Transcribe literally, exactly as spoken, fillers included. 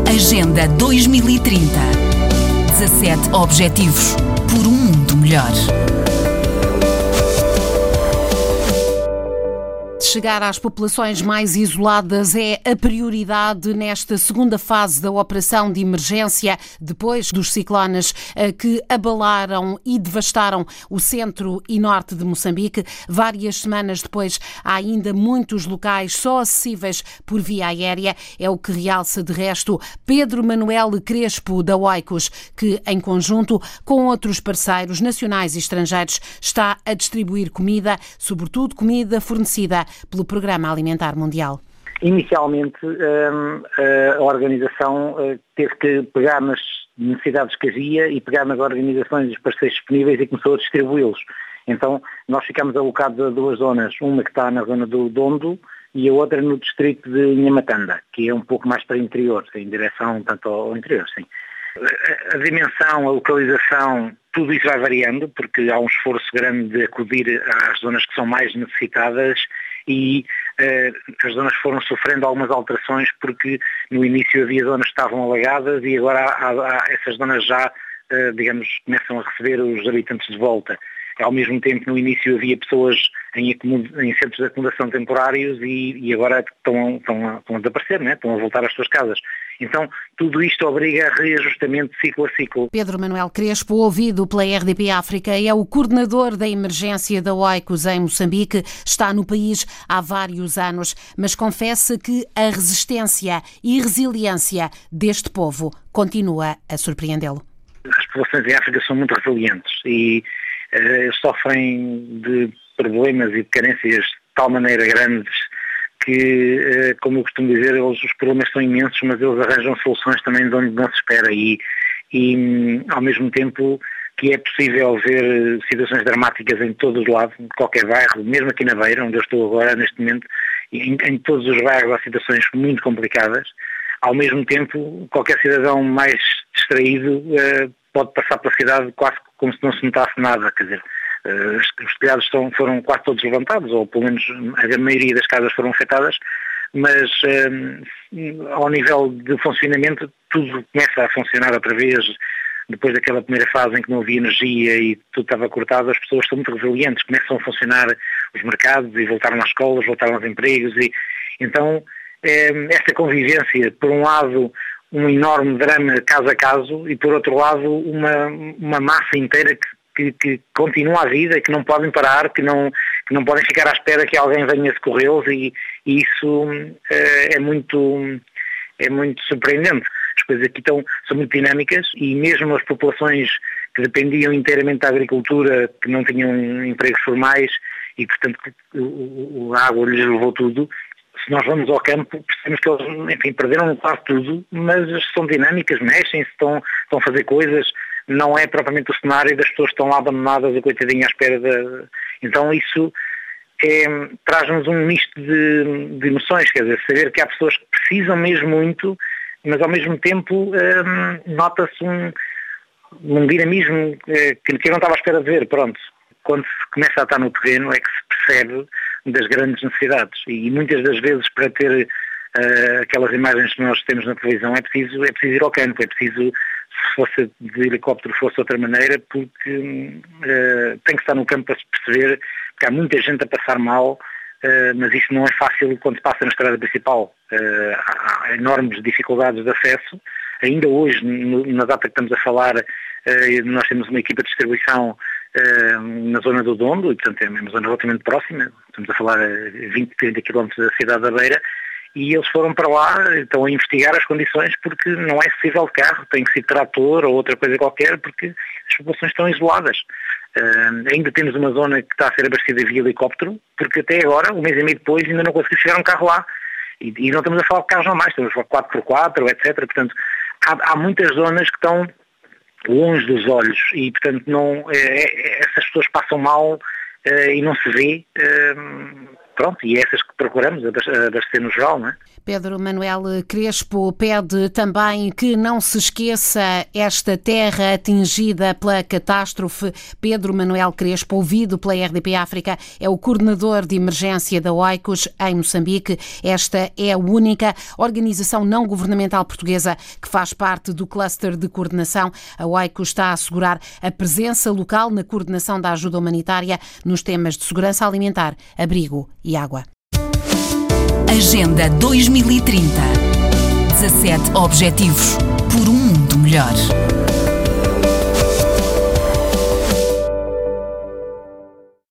Agenda dois mil e trinta. dezassete Objetivos por um mundo melhor. Chegar às populações mais isoladas é a prioridade nesta segunda fase da operação de emergência, depois dos ciclones que abalaram e devastaram o centro e norte de Moçambique. Várias semanas depois, há ainda muitos locais só acessíveis por via aérea. É o que realça, de resto, Pedro Manuel Crespo, da Oikos, que, em conjunto com outros parceiros nacionais e estrangeiros, está a distribuir comida, sobretudo comida fornecida pelo Programa Alimentar Mundial. Inicialmente, a organização teve que pegar nas necessidades que havia e pegar nas organizações dos parceiros disponíveis e começou a distribuí-los. Então, nós ficamos alocados a duas zonas, uma que está na zona do Dondo e a outra no distrito de Nhamatanda, que é um pouco mais para o interior, em direção tanto ao interior, sim. A dimensão, a localização, tudo isso vai variando, porque há um esforço grande de acudir às zonas que são mais necessitadas e uh, as zonas foram sofrendo algumas alterações, porque no início havia zonas que estavam alagadas e agora há, há, essas zonas já, uh, digamos, começam a receber os habitantes de volta. Ao mesmo tempo, no início havia pessoas em, em centros de acomodação temporários e, e agora estão, estão, a, estão a desaparecer, né? Estão a voltar às suas casas. Então, tudo isto obriga a reajustamento ciclo a ciclo. Pedro Manuel Crespo, ouvido pela R D P África, é o coordenador da emergência da Oikos em Moçambique. Está no país há vários anos, mas confessa que a resistência e resiliência deste povo continua a surpreendê-lo. As populações em África são muito resilientes e uh, sofrem de problemas e de carências de tal maneira grandes que, como eu costumo dizer, eles, os problemas são imensos, mas eles arranjam soluções também de onde não se espera e, e ao mesmo tempo que é possível ver situações dramáticas em todos os lados, em qualquer bairro, mesmo aqui na Beira, onde eu estou agora neste momento, em, em todos os bairros há situações muito complicadas. Ao mesmo tempo, qualquer cidadão mais distraído uh, pode passar pela cidade quase como se não se notasse nada, quer dizer, Uh, os telhados estão, foram quase todos levantados, ou pelo menos a maioria das casas foram afetadas, mas uh, ao nível de funcionamento tudo começa a funcionar outra vez. Depois daquela primeira fase em que não havia energia e tudo estava cortado, as pessoas estão muito resilientes, começam a funcionar os mercados e voltaram às escolas, voltaram aos empregos e então uh, esta convivência, por um lado um enorme drama caso a caso e por outro lado uma, uma massa inteira que Que, que continua a vida, que não podem parar, que não, que não podem ficar à espera que alguém venha socorrê-los e, e isso é, é, muito, é muito surpreendente. As coisas aqui estão, são muito dinâmicas e mesmo as populações que dependiam inteiramente da agricultura, que não tinham empregos formais e, portanto, o, a água lhes levou tudo. Se nós vamos ao campo, percebemos que eles, enfim, perderam quase tudo, mas são dinâmicas, mexem-se, estão, estão a fazer coisas. Não é propriamente o cenário das pessoas que estão lá abandonadas e coitadinhas à espera de... Então isso é, traz-nos um misto de, de emoções, quer dizer, saber que há pessoas que precisam mesmo muito, mas ao mesmo tempo hum, nota-se um, um dinamismo que, que eu não estava à espera de ver, pronto. Quando se começa a estar no terreno é que se percebe das grandes necessidades e muitas das vezes para ter uh, aquelas imagens que nós temos na televisão é preciso, é preciso ir ao campo, é preciso, se fosse de helicóptero fosse de outra maneira, porque uh, tem que estar no campo para se perceber que há muita gente a passar mal, uh, mas isso não é fácil quando se passa na estrada principal. Uh, há enormes dificuldades de acesso. Ainda hoje, no, na data que estamos a falar, uh, nós temos uma equipa de distribuição uh, na zona do Dondo, e portanto é uma zona relativamente próxima, estamos a falar a vinte, trinta quilómetros da cidade da Beira, e eles foram para lá, estão a investigar as condições porque não é acessível de carro, tem que ser trator ou outra coisa qualquer porque as populações estão isoladas. Uh, ainda temos uma zona que está a ser abastecida via helicóptero, porque até agora, um mês e meio depois, ainda não conseguiu chegar um carro lá. E, e não estamos a falar de carros normais, estamos a falar de quatro por quatro, etcétera. Portanto, há, há muitas zonas que estão longe dos olhos e, portanto, não, é, é, essas pessoas passam mal uh, e não se vê. Uh, pronto, e é essas que procuramos abastecer no geral, não é? Pedro Manuel Crespo pede também que não se esqueça esta terra atingida pela catástrofe. Pedro Manuel Crespo, ouvido pela R D P África, é o coordenador de emergência da Oikos em Moçambique. Esta é a única organização não governamental portuguesa que faz parte do cluster de coordenação. A Oikos está a assegurar a presença local na coordenação da ajuda humanitária nos temas de segurança alimentar, abrigo e água. Agenda dois mil e trinta. dezassete Objetivos por um mundo melhor.